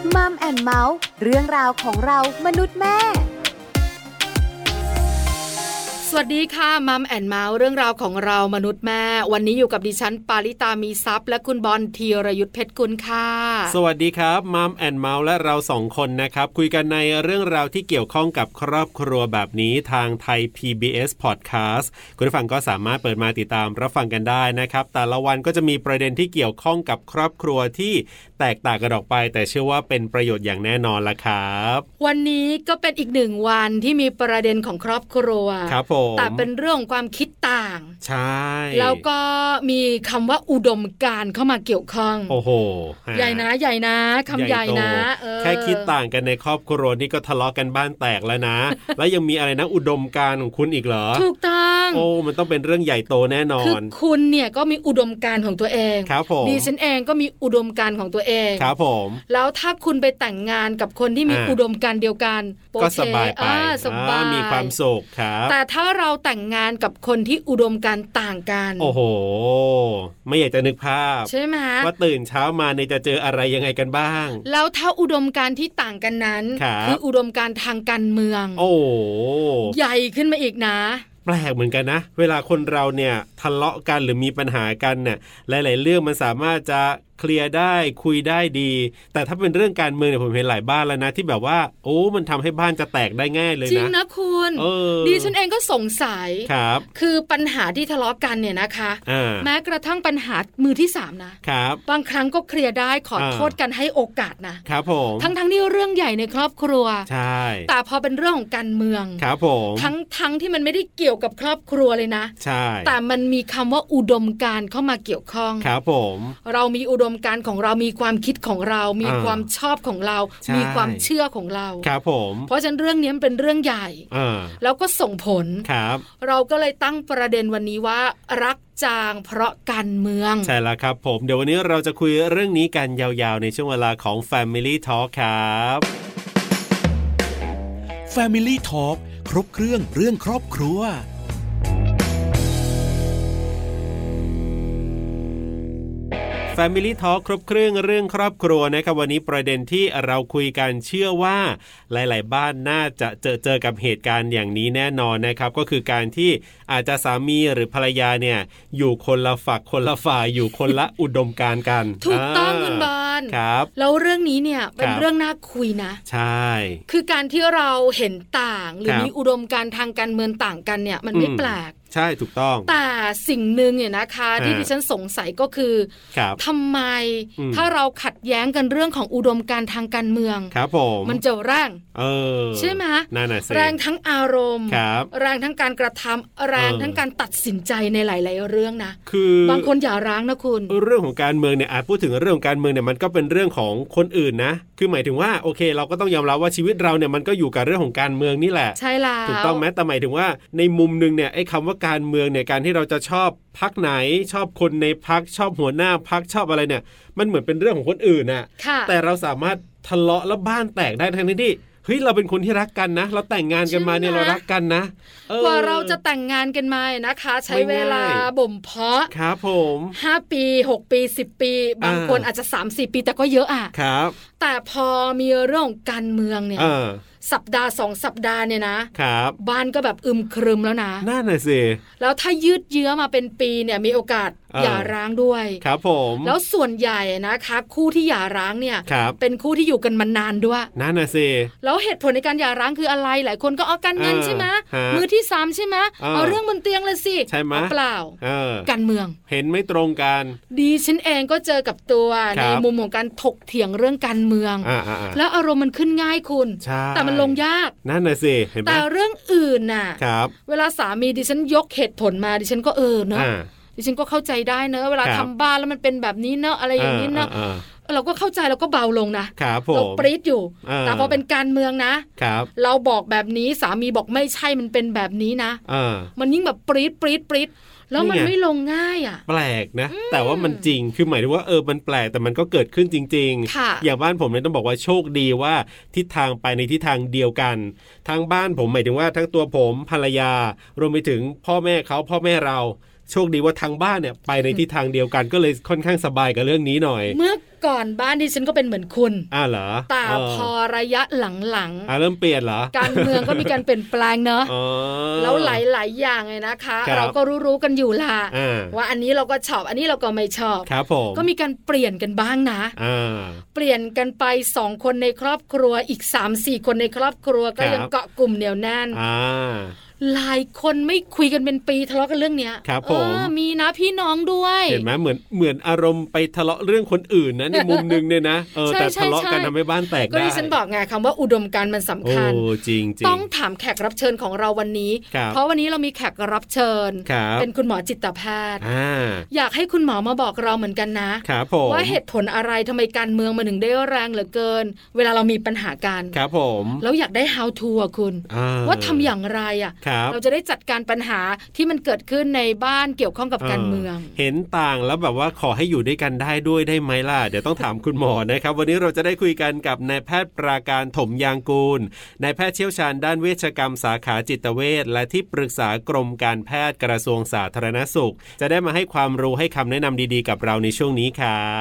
มัมแอนด์เมาส์เรื่องราวของเรามนุษย์แม่สวัสดีค่ะมัมแอนด์เมาส์เรื่องราวของเรามนุษย์แม่วันนี้อยู่กับดิฉันปาริตามีซัพย์และคุณบอลธีรยุทธเพชรกุลค่ะสวัสดีครับมัมแอนด์เมาส์และเราสองคนนะครับคุยกันในเรื่องราวที่เกี่ยวข้องกับครอบครัวแบบนี้ทางไทย PBS Podcast คุณผู้ฟังก็สามารถเปิดมาติดตามรับฟังกันได้นะครับแต่ละวันก็จะมีประเด็นที่เกี่ยวข้องกับครอบครัวที่แตกต่างกันออกไปแต่เชื่อว่าเป็นประโยชน์อย่างแน่นอนละครับวันนี้ก็เป็นอีกหนึ่งวันที่มีประเด็นของครอบครัวครับแต่เป็นเรื่องความคิดต่างใช่แล้วก็มีคำว่าอุดมการณ์เข้ามาเกี่ยวข้องโอ้โหใหญ่นะใหญ่นะคำใหญ่นะแค่คิดต่างกันในครอบครัวนี่ก็ทะเลาะกันบ้านแตกแล้วนะ แล้วยังมีอะไรนะอุดมการณ์ของคุณอีกเหรอถูกต้องโอ้มันต้องเป็นเรื่องใหญ่โตแน่นอนคือคุณเนี่ยก็มีอุดมการณ์ของตัวเองครับผมดิฉันเองก็มีอุดมการณ์ของตัวเองครับผมแล้วถ้าคุณไปแต่งงานกับคนที่มีอุดมการณ์เดียวกันก็สบายไปสบายมีความสุขครับแต่ถ้าเราแต่งงานกับคนที่อุดมการณ์ต่างกันโอ้โหไม่อยากจะนึกภาพใช่ไหมว่าตื่นเช้ามาเนี่ยจะเจออะไรยังไงกันบ้างแล้วถ้าอุดมการณ์ที่ต่างกันนั้นคืออุดมการณ์ทางการเมืองโอ้ใหญ่ขึ้นมาอีกนะแปลกเหมือนกันนะเวลาคนเราเนี่ยทะเลาะกันหรือมีปัญหากันเนี่ยหลายๆเรื่องมันสามารถจะเคลียร์ได้คุยได้ดีแต่ถ้าเป็นเรื่องการเมืองเนี่ยผมเห็นหลายบ้านแล้วนะที่แบบว่าโอ้มันทำให้บ้านจะแตกได้ง่ายเลยนะจริงนะคุณดิฉันเองก็สงสัยคือปัญหาที่ทะเลาะกันเนี่ยนะคะแม้กระทั่งปัญหามือที่3นะครับบางครั้งก็เคลียร์ได้ขอโทษกันให้โอกาสนะครับผมทั้งที่เรื่องใหญ่ในครอบครัวใช่แต่พอเป็นเรื่องของการเมืองครับผมทั้งที่มันไม่ได้เกี่ยวกับครอบครัวเลยนะใช่แต่มันมีคำว่าอุดมการณ์เข้ามาเกี่ยวข้องครับผมเรามีอุดมการณ์ของเรามีความคิดของเรามีความชอบของเรามีความเชื่อของเราครับผมเพราะฉะนั้นเรื่องนี้เป็นเรื่องใหญ่แล้วก็ส่งผลครับเราก็เลยตั้งประเด็นวันนี้ว่ารักจางเพราะการเมืองใช่แล้วครับผมเดี๋ยววันนี้เราจะคุยเรื่องนี้กันยาวๆในช่วงเวลาของ Family Talk ครับ Family Talk ครบเครื่องเรื่องครอบครัว Family Talk ครบเครื่องเรื่องครอบครัวนะครับวันนี้ประเด็นที่เราคุยกันเชื่อว่าหลายๆบ้านน่าจะเจอกับเหตุการณ์อย่างนี้แน่นอนนะครับก็คือการที่อาจจะสามีหรือภรรยาเนี่ยอยู่คนละฝักคนละฝ่ายอยู่คนละอุดมการณ์กันถูกต้องคุณบอลครับแล้วเรื่องนี้เนี่ยเป็นเรื่องน่าคุยนะใช่คือการที่เราเห็นต่างหรือมีอุดมการณ์ทางการเมืองต่างกันเนี่ยมันไม่แปลกใช่ถูกต้องแต่สิ่งหนึ่งเนี่ยนะคะที่ดิฉันสงสัยก็คือทำไมถ้าเราขัดแย้งกันเรื่องของอุดมการณ์ทางการเมืองครับผมมันจะแรงใช่ไหมแรงทั้งอารมณ์แรงทั้งการกระทำแรงทั้งการตัดสินใจในหลายๆเรื่องนะคือบางคนอย่าร้างนะคุณเรื่องของการเมืองเนี่ยอาจพูดถึงเรื่องของการเมืองเนี่ยมันก็เป็นเรื่องของคนอื่นนะคือหมายถึงว่าโอเคเราก็ต้องยอมรับว่าชีวิตเราเนี่ยมันก็อยู่กับเรื่องของการเมืองนี่แหละใช่แล้วถูกต้องไหมแต่หมายถึงว่าในมุมนึงเนี่ยไอ้คำว่าการเมืองเนี่ยการที่เราจะชอบพรรคไหนชอบคนในพรรคชอบหัวหน้าพรรคชอบอะไรเนี่ยมันเหมือนเป็นเรื่องของคนอื่นน่ะแต่เราสามารถทะเลาะแล้วบ้านแตกได้ทั้งที่เฮ้ยเราเป็นคนที่รักกันนะเราแต่งงานกันมาเนี่ยเรารักกันนะกว่าเราจะแต่งงานกันมานะคะใช้เวลาบ่มเพาะครับผม 5 ปี6 ปี10 ปีบางคนอาจจะ 3-4 ปีแต่ก็เยอะอ่ะครับแต่พอมีเรื่องของการเมืองเนี่ยสัปดาห์2 สัปดาห์เนี่ยนะครับบ้านก็แบบอึมครึมแล้วนะน่าหน่อยสิแล้วถ้ายืดเยื้อมาเป็นปีเนี่ยมีโอกาสหย่าร้างด้วยครับผมแล้วส่วนใหญ่นะคะคู่ที่หย่าร้างเนี่ยเป็นคู่ที่อยู่กันมานานด้วยนั่นน่ะสิแล้วเหตุผลในการหย่าร้างคืออะไรหลายคนก็เอาการเงินใช่ไหมมือที่3ใช่ไหมเอาเรื่องบนเตียงเลยสิใช่ไหมเปล่าการเมืองเห็นไม่ตรงกันดีฉันเองก็เจอกับตัวในมุมของการถกเถียงเรื่องการเมืองแล้วอารมณ์มันขึ้นง่ายคุณแต่มันลงยากนั่นน่ะสิเห็นไหมแต่เรื่องอื่นน่ะเวลาสามีดิฉันยกเหตุผลมาดิฉันก็เนาะดิฉันก็เข้าใจได้เนอะเวลาทำบ้านแล้วมันเป็นแบบนี้เนอะอะไรอย่างนี้เนอะเราก็เข้าใจเราก็เบาลงนะเราปรี๊ดอยู่แต่พอเป็นการเมืองนะเราบอกแบบนี้สามีบอกไม่ใช่มันเป็นแบบนี้นะมันยิ่งแบบปรี๊ดแล้วมันไม่ลงง่ายอ่ะแปลกนะแต่ว่ามันจริงคือหมายถึงว่ามันแปลกแต่มันก็เกิดขึ้นจริงๆอย่างบ้านผมเนี่ยต้องบอกว่าโชคดีว่าทิศทางไปในทิศทางเดียวกันทางบ้านผมหมายถึงว่าทั้งตัวผมภรรยารวมไปถึงพ่อแม่เขาพ่อแม่เราโชคดีว่าทางบ้านเนี่ยไปในทิศทางเดียวกันก็เลยค่อนข้างสบายกับเรื่องนี้หน่อยเมื่อก่อนบ้านดิฉันก็เป็นเหมือนคุณเหรอแต่พอระยะหลังๆเริ่มเปลี่ยนเหรอการเมืองก็มีการเปลี่ยนแปลงเนอะแล้วหลายๆอย่างเลยนะคะเราก็รู้กันอยู่ล่ะว่าอันนี้เราก็ชอบอันนี้เราก็ไม่ชอบก็มีการเปลี่ยนกันบ้างนะเปลี่ยนกันไป2คนในครอบครัวอีก 3-4 คนในครอบครัวก็ยังเกาะกลุ่มเหนียวแน่นหลายคนไม่คุยกันเป็นปีทะเลาะกันเรื่องเนี้ยครับผมมีนะพี่น้องด้วยเห็นไหมเหมือนอารมณ์ไปทะเลาะเรื่องคนอื่นนะในมุมนึงเนี่ยนะแต่ทะเลาะกันทำให้บ้านแตกได้ก็ที่ฉันบอกไงคำว่าอุดมการณ์มันสำคัญจริงต้องถามแขกรับเชิญของเราวันนี้เพราะวันนี้เรามีแขกรับเชิญเป็นคุณหมอจิตแพทย์อยากให้คุณหมอมาบอกเราเหมือนกันนะว่าเหตุผลอะไรทำไมการเมืองมันถึงได้แรงเหลือเกินเวลาเรามีปัญหากันครับผมแล้วอยากได้ how to คุณว่าทำอย่างไรเราจะได้จัดการปัญหาที่มันเกิดขึ้นในบ้านเกี่ยวข้องกับการเมืองเห็นต่างแล้วแบบว่าขอให้อยู่ด้วยกันได้ด้วยได้ไหมล่ะเดี๋ยวต้องถามคุณหมอนะครับวันนี้เราจะได้คุยกันกับนายแพทย์ปราการถมยางกูลนายแพทย์เชี่ยวชาญด้านเวชกรรมสาขาจิตเวชและที่ปรึกษากรมการแพทย์กระทรวงสาธารณสุขจะได้มาให้ความรู้ให้คำแนะนำดีๆกับเราในช่วงนี้ครับ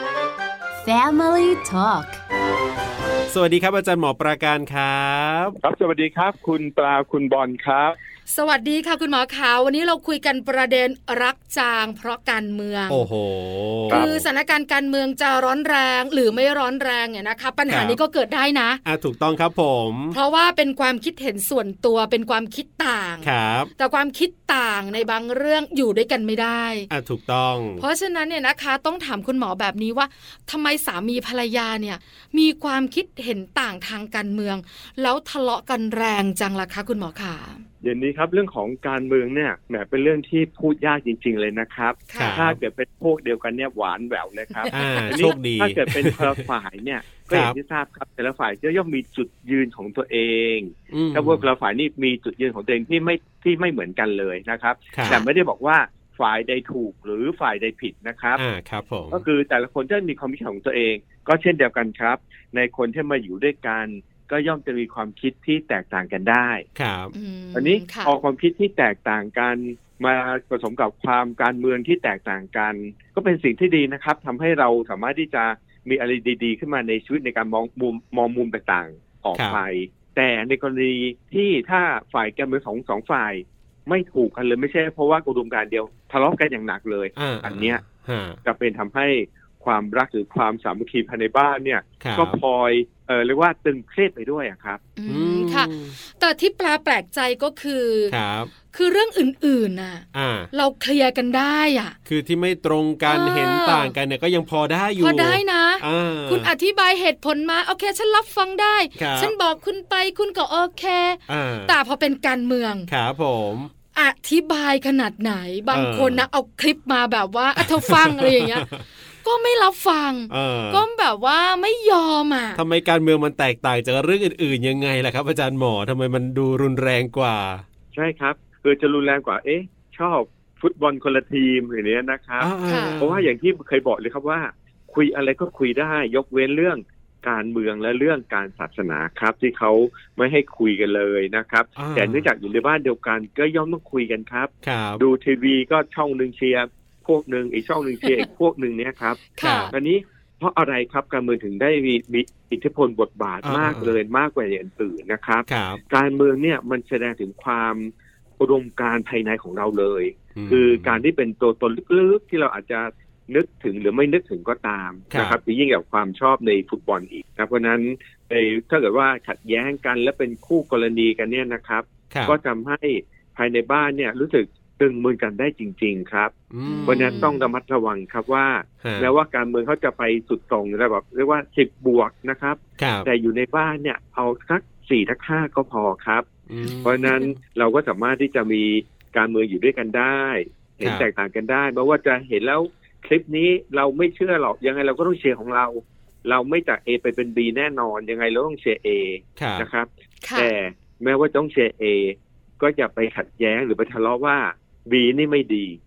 Family Talk สวัสดีครับอาจารย์หมอปราการครับครับสวัสดีครับคุณปลาคุณบอลครับสวัสดีค่ะคุณหมอขาววันนี้เราคุยกันประเด็นรักจางเพราะการเมืองโอ้โหคือสถานการณ์การเมืองจะร้อนแรงหรือไม่ร้อนแรงเนี่ยนะคะปัญหานี้ก็เกิดได้นะถูกต้องครับผมเพราะว่าเป็นความคิดเห็นส่วนตัวเป็นความคิดต่างครับแต่ความคิดต่างในบางเรื่องอยู่ด้วยกันไม่ได้ถูกต้องเพราะฉะนั้นเนี่ยนะคะต้องถามคุณหมอแบบนี้ว่าทำไมสามีภรรยาเนี่ยมีความคิดเห็นต่างทางการเมืองแล้วทะเลาะกันแรงจังล่ะคะคุณหมอขาเดี๋ยวนี้ครับเรื่องของการเมืองเนี่ยแหมเป็นเรื่องที่พูดยากจริงๆเลยนะครับถ้าเกิดเป็นพวกเดียวกันเนี่ยหวานแหววเลยครับโชคดีถ้าเกิดเป็นคนละฝ่ายเนี่ยก็อย่างที่ทราบครับแต่ละฝ่ายย่อมมีจุดยืนของตัวเองถ้าพวกละฝ่ายนี่มีจุดยืนของตัวเองที่ไม่เหมือนกันเลยนะครับแต่ไม่ได้บอกว่าฝ่ายใดถูกหรือฝ่ายใดผิดนะครับครับผมก็คือแต่ละคนจะมีความคิดของตัวเองก็เช่นเดียวกันครับในคนที่มาอยู่ด้วยกันก็ย่อมจะมีความคิดที่แตกต่างกันได้ครับอันนี้พอความคิดที่แตกต่างกันมาผสมกับความการเมืองที่แตกต่างกันก็เป็นสิ่งที่ดีนะครับทำให้เราสามารถที่จะมีอะไรดีๆขึ้นมาในชีวิตในการมองมุมต่างๆออกไปแต่ในกรณีที่ถ้าฝ่ายการเมืองสองฝ่ายไม่ถูกกันเลยไม่ใช่เพราะว่าอุดมการณ์เดียวทะเลาะกันอย่างหนักเลยอันเนี้ยจะเป็นทำให้ความรักหรือความสามัคคีภายในบ้านเนี่ยก็พลอยเรียกว่าตึงเครียดไปด้วยครับค่ะแต่ที่แปลกใจก็คือเรื่องอื่นๆน่ะเราเคลียร์กันได้อ่ะคือที่ไม่ตรงกันเห็นต่างกันเนี่ยก็ยังพอได้อยู่พอได้นะคุณอธิบายเหตุผลมาโอเคฉันรับฟังได้ฉันบอกคุณไปคุณก็โอเคแต่พอเป็นการเมืองครับผมอธิบายขนาดไหนบางคนนะเอาคลิปมาแบบว่าเธอฟังอะไรอย่างเงี้ยก็ไม่รับฟังก็แบบว่าไม่ยอมทำไมการเมืองมันแตกต่างจากเรื่องอื่นๆยังไงล่ะครับอาจารย์หมอทำไมมันดูรุนแรงกว่าใช่ครับคือจะรุนแรงกว่าชอบฟุตบอลคนละทีมอย่างนี้นะครับเพราะว่าอย่างที่เคยบอกเลยครับว่าคุยอะไรก็คุยได้ยกเว้นเรื่องการเมืองและเรื่องการศาสนาครับที่เขาไม่ให้คุยกันเลยนะครับแต่เนื่องจากอยู่ในบ้านเดียวกันก็ย่อมต้องคุยกันครับดูทีวีก็ช่องนึงเชียร์พวกหนึ่งอีกช่องหนึ่งเชียร์อีกพวกหนึ่งเนี่ยครับอันนี้เพราะอะไรครับการเมืองถึงได้มีอิทธิพลบทบาทมากเลยมากกว่าอย่างอื่นนะครับการเมืองเนี่ยมันแสดงถึงความอุดมการณ์ภายในของเราเลยคือการที่เป็นตัวตนลึกๆที่เราอาจจะนึกถึงหรือไม่นึกถึงก็ตามนะครับยิ่งกับความชอบในฟุตบอลอีกนะเพราะนั้นถ้าเกิดว่าขัดแย้งกันและเป็นคู่กรณีกันเนี่ยนะครับก็ทำให้ภายในบ้านเนี่ยรู้สึกตึงมือกันได้จริงๆครับเพราะนั้นต้องระมัดระวังครับว่าแม้ว่าการเมืองเขาจะไปสุดตรงระดับเรียกว่า10 บวกนะครับแต่อยู่ในบ้านเนี่ยเอาสัก4 ทัก 5ก็พอครับเพราะนั้นเราก็สามารถที่จะมีการเมืองอยู่ด้วยกันได้เห็นแตกต่างกันได้เพราะว่าจะเห็นแล้วคลิปนี้เราไม่เชื่อหรอกยังไงเราก็ต้องเชียร์ของเราไม่จาก A ไปเป็น B แน่นอนยังไงเราต้องเชียร์ A นะครับแต่แม้ว่าต้องเชียร์ A ก็อย่าไปขัดแย้งหรือไปทะเลาะว่า B นี่ไม่ดี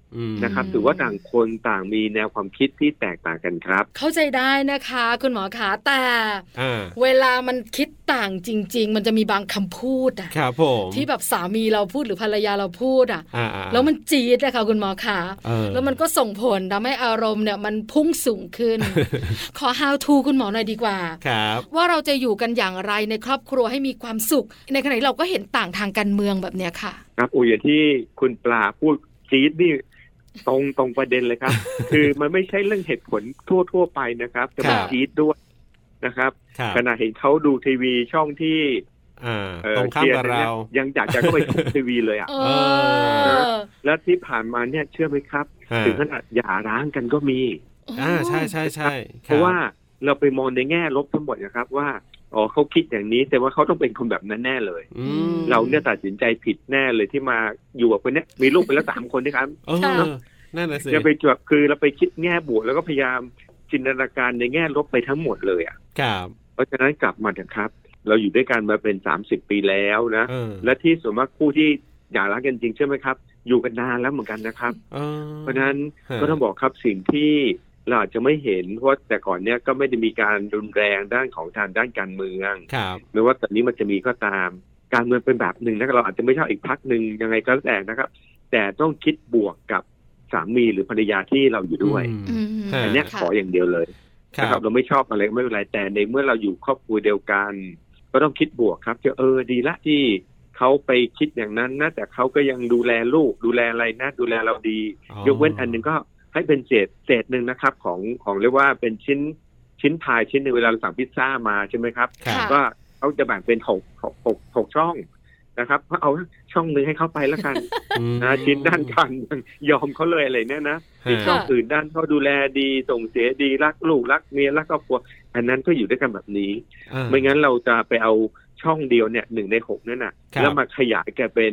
นะครับถือว่าต่างคนต่างมีแนวความคิดที่แตกต่างกันครับเข้าใจได้นะคะคุณหมอขาแต่เวลามันคิดต่างจริงๆมันจะมีบางคำพูดอะครับผมที่แบบสามีเราพูดหรือภรรยาเราพูดอะแล้วมันจี๊ดนะคะคุณหมอขาแล้วมันก็ส่งผลทำให้อารมณ์เนี่ยมันพุ่งสูงขึ้น ขอ how to คุณหมอหน่อยดีกว่าว่าเราจะอยู่กันอย่างไรในครอบครัวให้มีความสุขในขณะที่เราก็เห็นต่างทางการเมืองแบบเนี้ยค่ะครับอย่างที่คุณปลาพูดจี๊ดนี่ตรงประเด็นเลยครับ คือมันไม่ใช่เรื่องเหตุผลทั่วไปนะครับจะมาจี๊ดด้วยนะครับขณะเห็นเขาดูทีวีช่องที่ตรงข้ามกับเรายังอยากจะเข้าไปดูทีวีเลยแล้วที่ผ่านมาเนี่ยเชื่อไหมครับถึงขนาดหย่าร้างกันก็มีใช่ใช่ใช่เพราะว่าเราไปมองในแง่ลบทั้งหมดนะครับว่าเขาคิดอย่างนี้แต่ว่าเขาต้องเป็นคนแบบนั้นแน่เลยเราเนี่ยตัดสินใจผิดแน่เลยที่มาอยู่กับคนนี้มีลูกไปแล้ว3 คนนะครับนั่นแหละสิจะไปจวบคือเราไปคิดแง่บวกแล้วก็พยายามจินตนาการในแง่ลบไปทั้งหมดเลยอ่ะเพราะฉะนั้นกลับมาเถอะครับเราอยู่ด้วยกันมาเป็น30 ปีแล้วนะและที่ส่วนมากคู่ที่หย่าร้างกันจริงใช่ไหมครับอยู่กันนานแล้วเหมือนกันนะครับเพราะฉะนั้นก็ต้องบอกครับสิ่งที่เราอาจจะไม่เห็นเพราะแต่ก่อนเนี้ยก็ไม่ได้มีการรุนแรงด้านของทางด้านการเมืองไม่ว่าตอนนี้มันจะมีก็ตามการเมืองเป็นแบบหนึ่งนะเราอาจจะไม่ชอบอีกพรรคหนึ่งยังไงก็แล้วแต่นะครับแต่ต้องคิดบวกกับสามีหรือภรรยาที่เราอยู่ด้วยอันนี้ขออย่างเดียวเลยนะครับเราไม่ชอบอะไรไม่เป็นไรแต่ในเมื่อเราอยู่ครอบครัวเดียวกันก็ต้องคิดบวกครับจะดีละที่เขาไปคิดอย่างนั้นนะแต่เขาก็ยังดูแลลูกดูแลอะไรนะดูแลเราดียกเว้นอันนึงก็ให้เป็นเศษหนึ่งนะครับของเรียกว่าเป็นชิ้นพายชิ้นนึงเวลาเราสั่งพิซซ่ามาใช่ไหมครับก็เขาจะแบ่งเป็น6ช่องนะครับเพราะเอาช่องนึงให้เขาไปแล้วกันนะชิ้นด้านการยอมเขาเลยอะไรเนี่ยนะอีกช่องอื่นด้านเขาดูแลดีส่งเสียดีรักลูกรักเมียรักครอบครัวอันนั้นก็อยู่ด้วยกันแบบนี้ไม่งั้นเราจะไปเอาช่องเดียวเนี่ย1 ใน 6นั่นน่ะแล้วมาขยายแกเป็น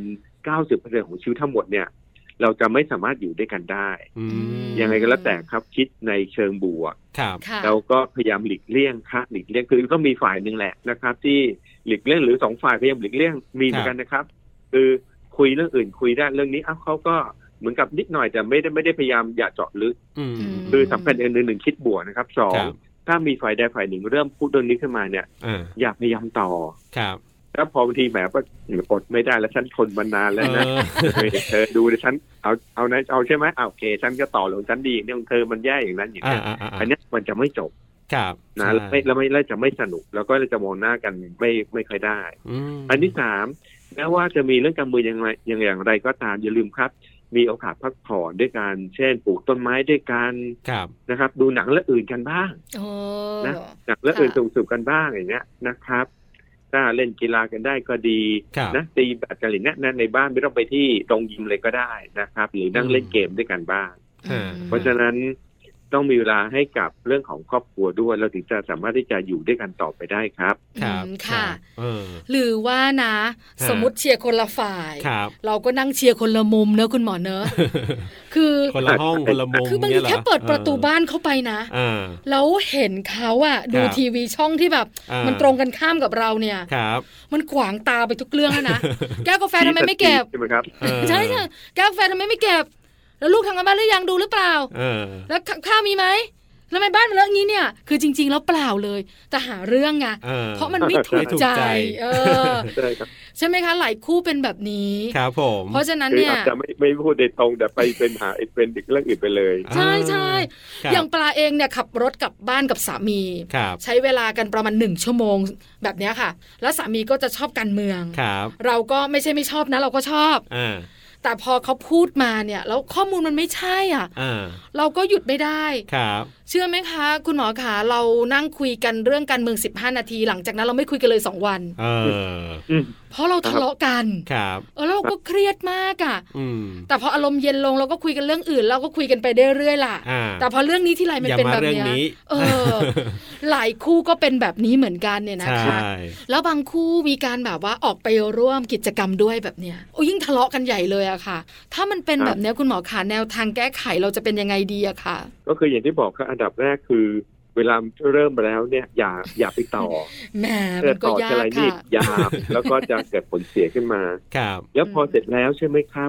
90% ของชีวิตทั้งหมดเนี่ยเราจะไม่สามารถอยู่ด้วยกันได้ยังไงก็แล้วแต่ครับคิดในเชิงบวกแล้วก็พยายามหลีกเลี่ยงหลีกเลี่ยงคือต้องมีฝ่ายนึงแหละนะครับที่หลีกเลี่ยงหรือ2 ฝ่ายพยายามหลีกเลี่ยงมีเหมือนกันนะครับคือคุยเรื่องอื่นคุยได้เรื่องนี้เขาก็เหมือนกับนิดหน่อยแต่ไม่ได้พยายามอย่าเจาะลึกคือสำคัญอย่างหนึ่งคิดบวกนะครับ2ถ้ามีฝ่ายใดฝ่ายหนึ่งเริ่มพูดเรื่องนี้ขึ้นมาเนี่ยอย่าพยายามต่อแล้วพอบางทีแหมก็อดไม่ได้แล้วฉันทนมานานแล้วนะเธอดูดิฉันเอาใช่ไหมโอเคฉันก็ต่อลงฉันดีเนี่ยของเธอมันแย่อย่างนั้นอย่างนี้อันนี้มันจะไม่จบนะแล้วจะไม่สนุกแล้วก็จะมองหน้ากันไม่ค่อยได้อันที่3แม้ว่าจะมีเรื่องการเมืองอย่างไรก็ตามอย่าลืมครับมีโอกาสพักผ่อนด้วยกันเช่นปลูกต้นไม้ด้วยกันนะครับดูหนังเรื่องอื่นกันบ้างนะหนังเรื่องอื่นสูบกันบ้างอย่างเงี้ยนะครับถ้าเล่นกีฬากันได้ก็ดีนะตีแบดกันหรือนั่นในบ้านไม่ต้องไปที่โรงยิมเลยก็ได้นะครับหรือนั่งเล่นเกมด้วยกันบ้างเพราะฉะนั้นต้องมีเวลาให้กับเรื่องของครอบครัวด้วยเราถึงจะสามารถที่จะอยู่ด้วยกันต่อไปได้ครับค่ะหรือว่านะสมมติเชียร์คนละฝ่ายเราก็นั่งเชียร์คนละมุมเนอะคุณหมอเนอะคือคนละห้องคนละมุมคือบางทีแค่เปิดประตูบ้านเข้าไปนะแล้วเห็นเขาอะดูทีวีช่องที่แบบมันตรงกันข้ามกับเราเนี่ยมันขวางตาไปทุกเรื่องแล้วนะแก้วกาแฟทำไมไม่เก็บใช่แก้วกาแฟทำไมไม่เก็บแล้วลูกทำงานบ้านหรือยังดูหรือเปล่าแล้วข้าวมีไหมแล้วทำไมบ้านมันเลอะงี้เนี่ยคือจริงๆแล้วเปล่าเลยแต่หาเรื่องไงเพราะมันไม่ถูกใจใช่ไหมคะหลายคู่เป็นแบบนี้ครับผมเพราะฉะนั้นเนี่ยอาจจะไม่พูดโดยตรงแต่ไปเป็นหาเป็นอีกเรื่องอื่นไปเลยใช่ใช่อย่างปลาเองเนี่ยขับรถกลับบ้านกับสามีใช้เวลากันประมาณ1 ชั่วโมงแบบนี้ค่ะแล้วสามีก็จะชอบการเมืองเราก็ไม่ใช่ไม่ชอบนะเราก็ชอบแต่พอเขาพูดมาเนี่ยแล้วข้อมูลมันไม่ใช่เราก็หยุดไม่ได้เชื่อไหมคะคุณหมอขาเรานั่งคุยกันเรื่องการเมือง15 นาทีหลังจากนั้นเราไม่คุยกันเลย2 วันเพราะเราทะเลาะกันแล้วเราก็เครียดมากแต่พออารมณ์เย็นลงเราก็คุยกันเรื่องอื่นเราก็คุยกันไปเรื่อยๆล่ะแต่พอเรื่องนี้ที่ไรมันเป็นแบบนี้หลายคู่ก็เป็นแบบนี้เหมือนกันเนี่ยนะคะแล้วบางคู่มีการแบบว่าออกไปร่วมกิจกรรมด้วยแบบเนี้ยยิ่งทะเลาะกันใหญ่เลยอะค่ะถ้ามันเป็นแบบนี้คุณหมอขาแนวทางแก้ไขเราจะเป็นยังไงดีอะค่ะก็คืออย่างที่บอกครับอันดับแรกคือเวลาเริ่มไปแล้วเนี่ยอย่าไปต่อแหมมันก็ยากค่ะยาแล้วก็จะเกิดผลเสียขึ้นมาแล้วพอเสร็จแล้วใช่ไหมครับ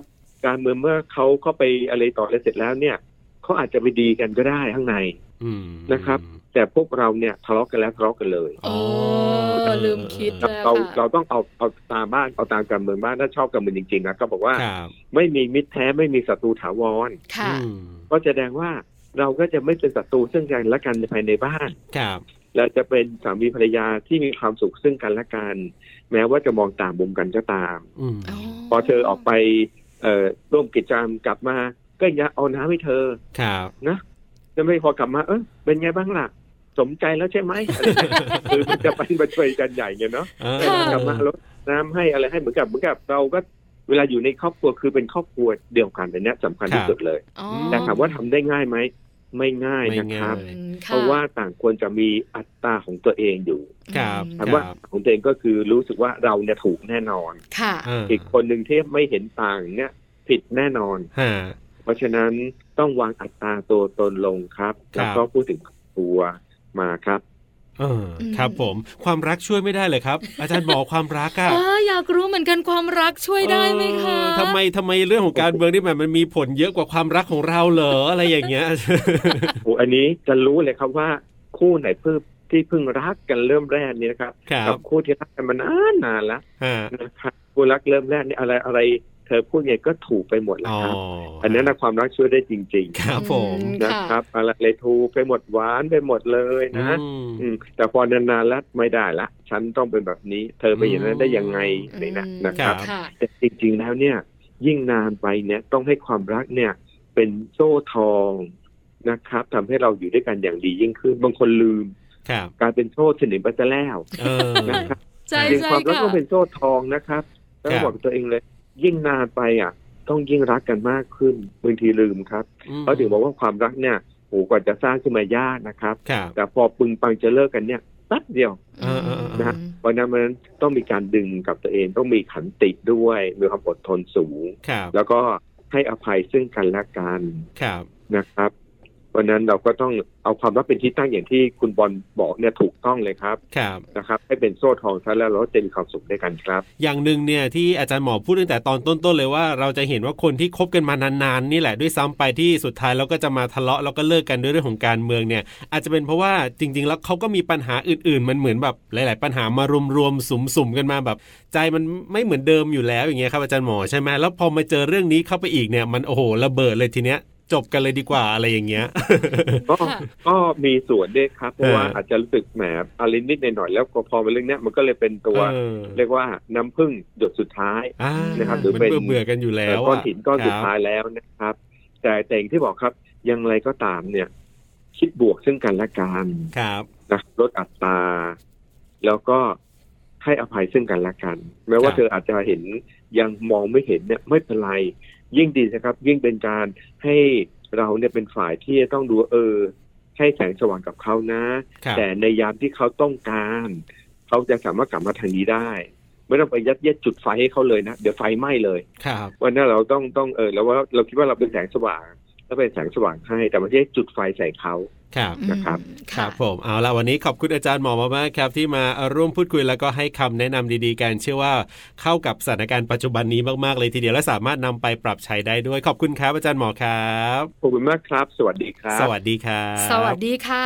การเมืองเมื่อเขาเข้าไปอะไรต่ออะไรเสร็จแล้วเนี่ยเขาอาจจะไปดีกันก็ได้ข้างในนะครับแต่พวกเราเนี่ยทะเลาะกันแล้วทะเลาะกันเลยลืมคิดแล้วเราต้องเอาตามบ้านเอาตามการเมืองบ้านถ้าชอบการเมืองจริงๆนะก็บอกว่าไม่มีมิตรแท้ไม่มีศัตรูถาวรก็แสดงว่าเราก็จะไม่เป็นศัตรูซึ่งกันและกันภายในบ้านและจะเป็นสามีภรรยาที่มีความสุขซึ่งกันและกันแม้ว่าจะมองต่างมุมกันก็ตามพอเธอออกไปร่วมกิจกรรมกลับมาก็อย่าเอาน้ำให้เธอนะจะไม่พอกลับมาเป็นไงบ้างล่ะสมใจแล้วใช่ไหมคือมันจะไปมาช่วยกันใหญ่เงี้ยเนาะกลับมาลดน้ำให้อะไรให้เหมือนกับเราก็เวลาอยู่ในครอบครัวคือเป็นครอบครัวเดียวกันแต่เนี้ยสำคัญที่สุดเลยแต่ถามว่าทำได้ง่ายไหมไม่ง่ายนะครับเพราะว่าต่างควรจะมีอัตราของตัวเองอยู่ถามว่าของตัวเองก็คือรู้สึกว่าเราเนี่ยถูกแน่นอนอีกคนหนึ่งที่ไม่เห็นต่างเนี่ยผิดแน่นอนเพราะฉะนั้นต้องวางอัตราตัวตนลงครับแล้วก็พูดถึงตัวมาครับครับผมความรักช่วยไม่ได้เลยครับอาจารย์บอกความรักอยากรู้เหมือนกันความรักช่วยได้ไหมคะทำไมเรื่องของการเมืองนี่มันมีผลเยอะกว่าความรักของเราเหรออะไรอย่างเงี้ยโอ้อันนี้จะรู้เลยครับว่าคู่ไหนเพิ่งรักกันเริ่มแรกนี่นะครับกับคู่ที่รักกันมานานแล้วนะครับคู่รักเริ่มแรกนี่อะไรเธอพูดไงก็ถูกไปหมดแล้วครับอันนั้นความรักช่วยได้จริงๆครับผมนะครับอะไรถูกไปหมดหวานไปหมดเลยนะแต่พอนานๆแล้วไม่ได้ละฉันต้องเป็นแบบนี้เธอไปอย่างนั้นได้ยังไงนี่นะครับแต่จริงๆแล้วเนี่ยยิ่งนานไปเนี่ยต้องให้ความรักเนี่ยเป็นโซ่ทองนะครับทำให้เราอยู่ด้วยกันอย่างดียิ่งขึ้นบางคนลืมการเป็นโซ่สนิมไปซะแล้วนะครับจริงความรักก็เป็นโซ่ทองนะครับต้องบอกตัวเองเลยยิ่งนานไปต้องยิ่งรักกันมากขึ้นบางทีลืมครับเขาถึงบอกว่าความรักเนี่ยกว่าจะสร้างขึ้นมายากนะครับแต่พอปึงปังจะเลิกกันเนี่ยแป๊บเดียวนะเพราะนั้นมันต้องมีการดึงกับตัวเองต้องมีขันติด้วยมีความอดทนสูงแล้วก็ให้อภัยซึ่งกันและกันนะครับเพราะนั้นเราก็ต้องเอาความรักเป็นที่ตั้งอย่างที่คุณบอลบอกเนี่ยถูกต้องเลยครับนะครับให้เป็นโซ่ทองซะแล้วเราจะมีความสุขด้วยกันครับอย่างนึงเนี่ยที่อาจารย์หมอพูดตั้งแต่ตอนต้นๆเลยว่าเราจะเห็นว่าคนที่คบกันมานานๆนี่แหละด้วยซ้ำไปที่สุดท้ายเราก็จะมาทะเลาะแล้วก็เลิกกันด้วยเรื่องของการเมืองเนี่ยอาจจะเป็นเพราะว่าจริงๆแล้วเขาก็มีปัญหาอื่นๆมันเหมือนแบบหลายๆปัญหามารวมๆสุ่มๆกันมาแบบใจมันไม่เหมือนเดิมอยู่แล้วอย่างเงี้ยครับอาจารย์หมอใช่ไหมแล้วพอมาเจอเรื่องนี้เข้าไปอีกเนี่ยมันโอ้โหระเบิดเลยทีเนี้ยจบกันเลยดีกว่าอะไรอย่างเงี้ยก็มีส่วนด้วยครับเพราะว่าอาจจะรู้สึกแหมอะไรนิดหน่อยแล้วพอมาเรื่องนี้มันก็เลยเป็นตัวเรียกว่าน้ำผึ้งหยดสุดท้ายนะครับหรือเป็นเบื่อกันอยู่แล้วก้อนหินก้อนสุดท้ายแล้วนะครับแต่อย่างที่บอกครับยังไรก็ตามเนี่ยคิดบวกซึ่งกันและกันนะลดอัตราแล้วก็ให้อภัยซึ่งกันและกันแม้ว่าเธออาจจะเห็นยังมองไม่เห็นเนี่ยไม่เป็นไรยิ่งดีนะครับยิ่งเป็นการให้เราเนี่ยเป็นฝ่ายที่จะต้องดูให้แสงสว่างกับเขานะแต่ในยามที่เขาต้องการเขาจะสามารถกลับมาทางนี้ได้ไม่ต้องไปยัดเยียดจุดไฟให้เขาเลยนะเดี๋ยวไฟไหม้เลยวันนั้นเราต้องแล้วว่าเราคิดว่าเราเป็นแสงสว่างแล้วเป็นแสงสว่างให้แต่ไม่ใช่จุดไฟใส่เขานะครับครับผมเอาละวันนี้ขอบคุณอาจารย์หมอมากๆครับที่มาร่วมพูดคุยแล้วก็ให้คำแนะนำดีๆกันเชื่อว่าเข้ากับสถานการณ์ปัจจุบันนี้มากๆเลยทีเดียวและสามารถนำไปปรับใช้ได้ด้วยขอบคุณครับอาจารย์หมอครับขอบคุณมากครับสวัสดีครับสวัสดีครับสวัสดีค่ะ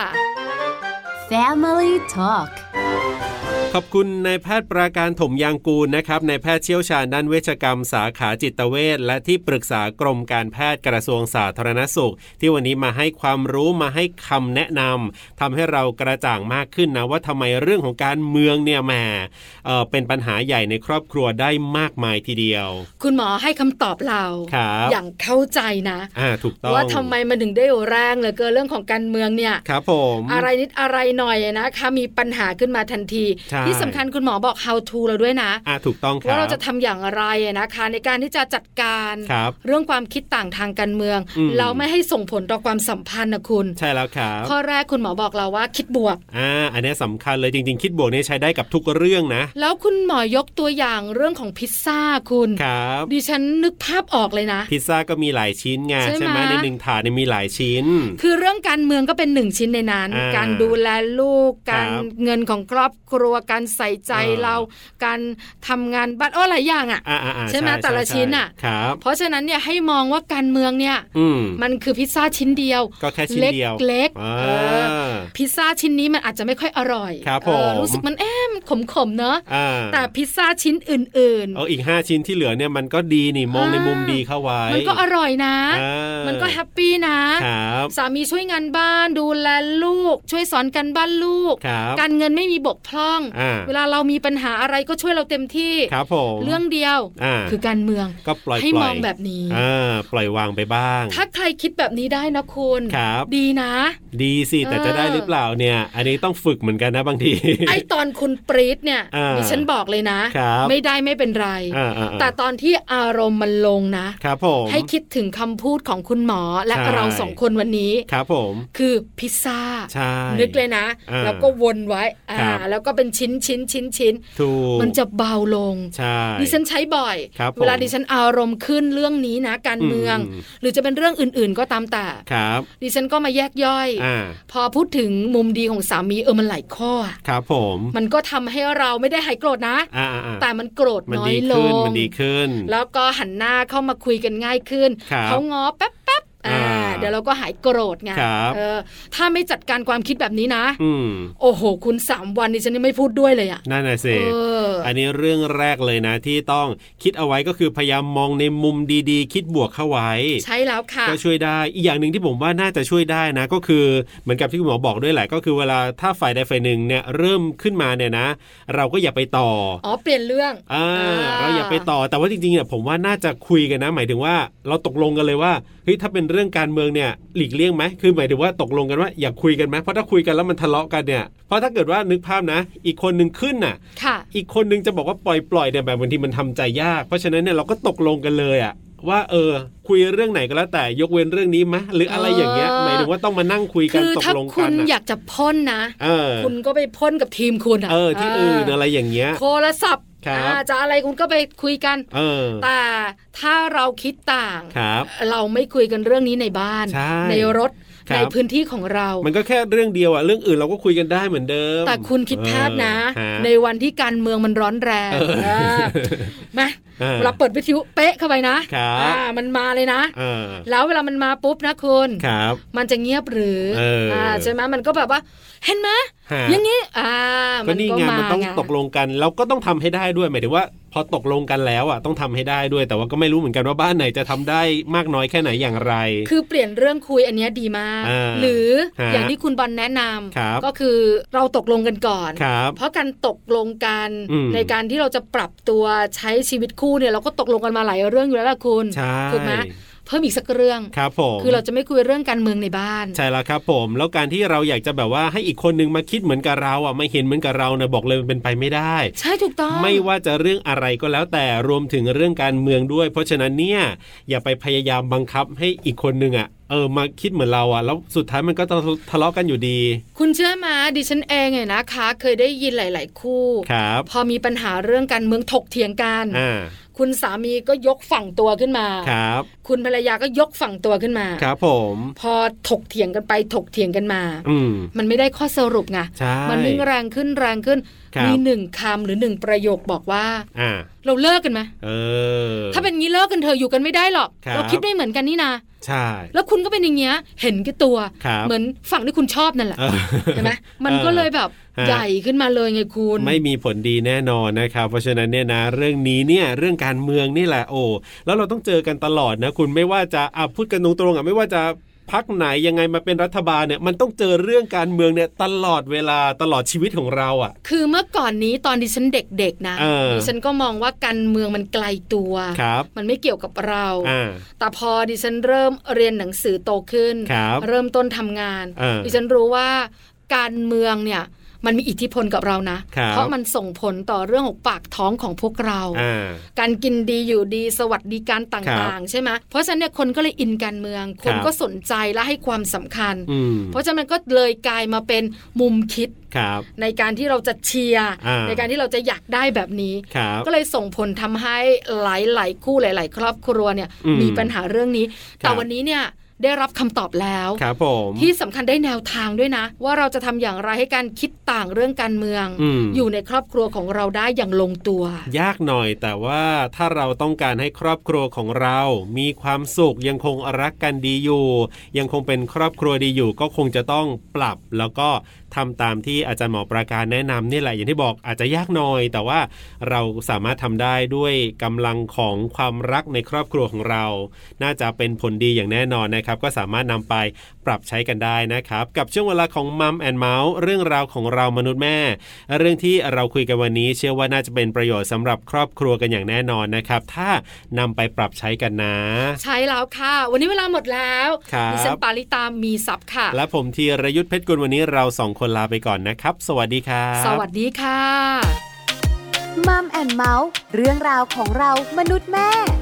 Family Talk ขอบคุณนายแพทย์ปราการถมยางกูลนะครับนายแพทย์เชี่ยวชาญด้านเวชกรรมสาขาจิตเวชและที่ปรึกษากรมการแพทย์กระทรวงสาธารณสุขที่วันนี้มาให้ความรู้มาให้คำแนะนำทำให้เรากระจ่างมากขึ้นนะว่าทำไมเรื่องของการเมืองเนี่ยแหมเป็นปัญหาใหญ่ในครอบครัวได้มากมายทีเดียวคุณหมอให้คำตอบเราอย่างเข้าใจนะถูกต้องว่าทำไมมันถึงได้แรงเหลือเกินเรื่องของการเมืองเนี่ยครับผมอะไรนิดอะไรหน่อยนะคะมีปัญหาขึ้นมาทันทีที่สำคัญคุณหมอบอก how to เราด้วยนะถูกต้องครับว่าเราจะทำอย่างไรนะคะในการที่จะจัดการเรื่องความคิดต่างทางการเมืองเราไม่ให้ส่งผลต่อความสัมพันธ์นะคุณใช่แล้วครับข้อแรกคุณหมอบอกเราว่าคิดบวกอันนี้สำคัญเลยจริงๆคิดบวกนี่ใช้ได้กับทุกเรื่องนะแล้วคุณหมอยกตัวอย่างเรื่องของพิซซ่าคุณครับดิฉันนึกภาพออกเลยนะพิซซ่าก็มีหลายชิ้นไงใช่ไหมในหนึ่งถาดมีหลายชิ้นคือเรื่องการเมืองก็เป็น1ชิ้นในนั้นการดูแลลูกการเงินของครอบครัวการใส่ใจเราการทำงานบ้านหลายอย่างใช่ไหมแต่ละชิ้นเพราะฉะนั้นเนี่ยให้มองว่าการเมืองเนี่ยมันคือพิซซ่าชิ้นเดียวก็แค่ชิ้นเดียวเล็กๆพิซซ่าชิ้นนี้มันอาจจะไม่ค่อยอร่อยรู้สึกมันขมๆเนอะแต่พิซซ่าชิ้นอื่นๆอีก5ชิ้นที่เหลือเนี่ยมันก็ดีนี่มองในมุมดีเข้าไว้มันก็อร่อยนะมันก็แฮปปี้นะสามีช่วยงานบ้านดูแลลูกช่วยสอนกันบ้านลูกการเงินไม่มีบกพร่องเวลาเรามีปัญหาอะไรก็ช่วยเราเต็มที่เรื่องเดียวคือการเมืองก็ปล่อยให้มองแบบนี้ปล่อยวางไปบ้างถ้าใครคิดแบบนี้ได้นะคุณดีนะดีสิแต่จะได้หรือเปล่าเนี่ยอันนี้ต้องฝึกเหมือนกันนะบางทีไอตอนคุณปรี๊ดเนี่ยดิฉันบอกเลยนะไม่ได้ไม่เป็นไรแต่ตอนที่อารมณ์มันลงนะครับผมให้คิดถึงคำพูดของคุณหมอและเรา2คนวันนี้ครับผมคือพิซซ่านึกเลยนะแล้วก็วนไว้แล้วก็เป็นชิ้นมันจะเบาลงดิฉันใช้บ่อยเวลาดิฉันอารมณ์ขึ้นเรื่องนี้นะการเมืองหรือจะเป็นเรื่องอื่นๆก็ตามแต่ดิฉันก็มาแยกย่อยพอพูดถึงมุมดีของสามีมันหลายข้อครับผมมันก็ทำให้เราไม่ได้หายโกรธนะแต่มันโกรธน้อยลงมันดีขึ้นแล้วก็หันหน้าเข้ามาคุยกันง่ายขึ้นเขาง้อแป๊บเดี๋ยวเราก็หายโกรธไงถ้าไม่จัดการความคิดแบบนี้นะโอ้โหคุณ3วันนี้ฉันยังไม่พูดด้วยเลยนั่นน่ะสิอันนี้เรื่องแรกเลยนะที่ต้องคิดเอาไว้ก็คือพยายามมองในมุมดีๆคิดบวกเข้าไว้ใช่แล้วค่ะก็ช่วยได้อีกอย่างนึงที่ผมว่าน่าจะช่วยได้นะก็คือเหมือนกับที่คุณหมอบอกด้วยแหละก็คือเวลาถ้าฝ่ายใดฝ่ายหนึ่งเนี่ยเริ่มขึ้นมาเนี่ยนะเราก็อย่าไปต่อเปลี่ยนเรื่องเราอย่าไปต่อแต่ว่าจริงๆเนี่ยผมว่าน่าจะคุยกันนะหมายถึงว่าเราตกลงกันเลยว่าเฮ้ยถ้าเป็นเรื่องการเมืองเนี่ยหลีกเลี่ยงไหมคือหมายถึงว่าตกลงกันว่าอย่าคุยกันไหมเพราะถ้าคุยกันแล้วมันทะเลาะกันเนี่ยเพราะถ้าเกิดว่านึกภาพนะอีกคนนึงขึ้นน่ะอีกคนนึงจะบอกว่าปล่อยเนี่ยแบบบางทีมันทำใจยากเพราะฉะนั้นเนี่ยเราก็ตกลงกันเลยว่าคุยเรื่องไหนก็แล้วแต่ยกเว้นเรื่องนี้ไหมหรืออะไรอย่างเงี้ยหมายถึงว่าต้องมานั่งคุยกันตกลงกันคือถ้าคุณอยากจะพ่นนะคุณก็ไปพ่นกับทีมคุณที่อื่นอะไรอย่างเงี้ยโทรศัพท์จะอะไรคุณก็ไปคุยกันแต่ถ้าเราคิดต่างเราไม่คุยกันเรื่องนี้ในบ้านในรถในพื้นที่ของเรามันก็แค่เรื่องเดียวเรื่องอื่นเราก็คุยกันได้เหมือนเดิมแต่คุณคิดภาพนะในวันที่การเมืองมันร้อนแรงมาเราเปิดวิทยุเป๊ะเข้าไปนะมันมาเลยนะแล้วเวลามันมาปุ๊บนะคุณมันจะเงียบหรือใช่ไหมมันก็แบบว่าเห็นไหมอย่างนี้ก็นี่ไงมันต้องตกลงกันแล้วก็ต้องทำให้ได้ด้วยหมายถึงว่าพอตกลงกันแล้วต้องทำให้ได้ด้วยแต่ว่าก็ไม่รู้เหมือนกันว่าบ้านไหนจะทำได้มากน้อยแค่ไหนอย่างไรคือเปลี่ยนเรื่องคุยอันนี้ดีมากหรืออย่างที่คุณบอลแนะนำก็คือเราตกลงกันก่อนเพราะการตกลงกันในการที่เราจะปรับตัวใช้ชีวิตคู่เนี่ยเราก็ตกลงกันมาหลายเรื่องอยู่แล้วล่ะคุณถูกไหมเพิ่มอีกสักเรื่องครับผมคือเราจะไม่คุยเรื่องการเมืองในบ้านใช่แล้วครับผมแล้วการที่เราอยากจะแบบว่าให้อีกคนนึงมาคิดเหมือนกับเราไม่เห็นเหมือนกับเราเนี่ยบอกเลยมันเป็นไปไม่ได้ใช่ถูกต้องไม่ว่าจะเรื่องอะไรก็แล้วแต่รวมถึงเรื่องการเมืองด้วยเพราะฉะนั้นเนี่ยอย่าไปพยายามบังคับให้อีกคนนึงมาคิดเหมือนเราแล้วสุดท้ายมันก็ทะเลาะกันอยู่ดีคุณเชื่อมาดิฉันเองไงนะคะเคยได้ยินหลายๆคู่พอมีปัญหาเรื่องการเมืองถกเถียงกันคุณสามีก็ยกฝั่งตัวขึ้นมาคุณภรรยาก็ยกฝั่งตัวขึ้นมาครับผมพอถกเถียงกันไปถกเถียงกันมามันไม่ได้ข้อสรุปไงมันยิ่งแรงขึ้นมี1คำหรือ1ประโยคบอกว่าเราเลิกกันไหมถ้าเป็นงี้เลิกกันเธออยู่กันไม่ได้หรอกเราคิดไม่เหมือนกันนี่นะใช่แล้วคุณก็เป็นอย่างเงี้ยเห็นแก่ตัวเหมือนฝั่งที่คุณชอบนั่นแหละใช่ไหมมันก็เลยแบบใหญ่ขึ้นมาเลยไงคุณไม่มีผลดีแน่นอนนะครับเพราะฉะนั้นเนี่ยนะเรื่องนี้เนี่ยเรื่องการเมืองนี่แหละแล้วเราต้องเจอกันตลอดนะคุณไม่ว่าจะพูดกันตรงๆไม่ว่าจะพรรคไหนยังไงมาเป็นรัฐบาลเนี่ยมันต้องเจอเรื่องการเมืองเนี่ยตลอดเวลาตลอดชีวิตของเราคือเมื่อก่อนนี้ตอนดิฉันเด็กๆนะดิฉันก็มองว่าการเมืองมันไกลตัวมันไม่เกี่ยวกับเราแต่พอดิฉันเริ่มเรียนหนังสือโตขึ้นเริ่มต้นทำงานดิฉันรู้ว่าการเมืองเนี่ยมันมีอิทธิพลกับเรานะเพราะมันส่งผลต่อเรื่องของปากท้องของพวกเราการกินดีอยู่ดีสวัสดิการต่างๆใช่ไหมเพราะฉะนั้นเนี่ยคนก็เลยอินการเมืองคนก็สนใจและให้ความสำคัญเพราะฉะนั้นก็เลยกลายมาเป็นมุมคิดในการที่เราจะเชียร์ในการที่เราจะอยากได้แบบนี้ก็เลยส่งผลทำให้หลายๆคู่หลายๆครอบครัวเนี่ยมีปัญหาเรื่องนี้แต่วันนี้เนี่ยได้รับคำตอบแล้วครับผมที่สำคัญได้แนวทางด้วยนะว่าเราจะทำอย่างไรให้การคิดต่างเรื่องการเมืองอยู่ในครอบครัวของเราได้อย่างลงตัวยากหน่อยแต่ว่าถ้าเราต้องการให้ครอบครัวของเรามีความสุขยังคงรักกันดีอยู่ยังคงเป็นครอบครัวดีอยู่ก็คงจะต้องปรับแล้วก็ทำตามที่อาจารย์หมอประการแนะนำนี่แหละอย่างที่บอกอาจจะยากหน่อยแต่ว่าเราสามารถทำได้ด้วยกำลังของความรักในครอบครัวของเราน่าจะเป็นผลดีอย่างแน่นอนนะครับก็สามารถนำไปปรับใช้กันได้นะครับกับช่วงเวลาของมัมแอนด์เมาส์เรื่องราวของเรามนุษย์แม่เรื่องที่เราคุยกันวันนี้เชื่อว่าน่าจะเป็นประโยชน์สำหรับครอบครัวกันอย่างแน่นอนนะครับถ้านำไปปรับใช้กันนะใช่แล้วค่ะวันนี้เวลาหมดแล้วดิฉันปาริตามีซับค่ะและผมธีรยุทธเพชรกุลวันนี้เรา2คนลาไปก่อนนะครับสวัสดีครับสวัสดีค่ะมัมแอนด์เมาส์เรื่องราวของเรามนุษย์แม่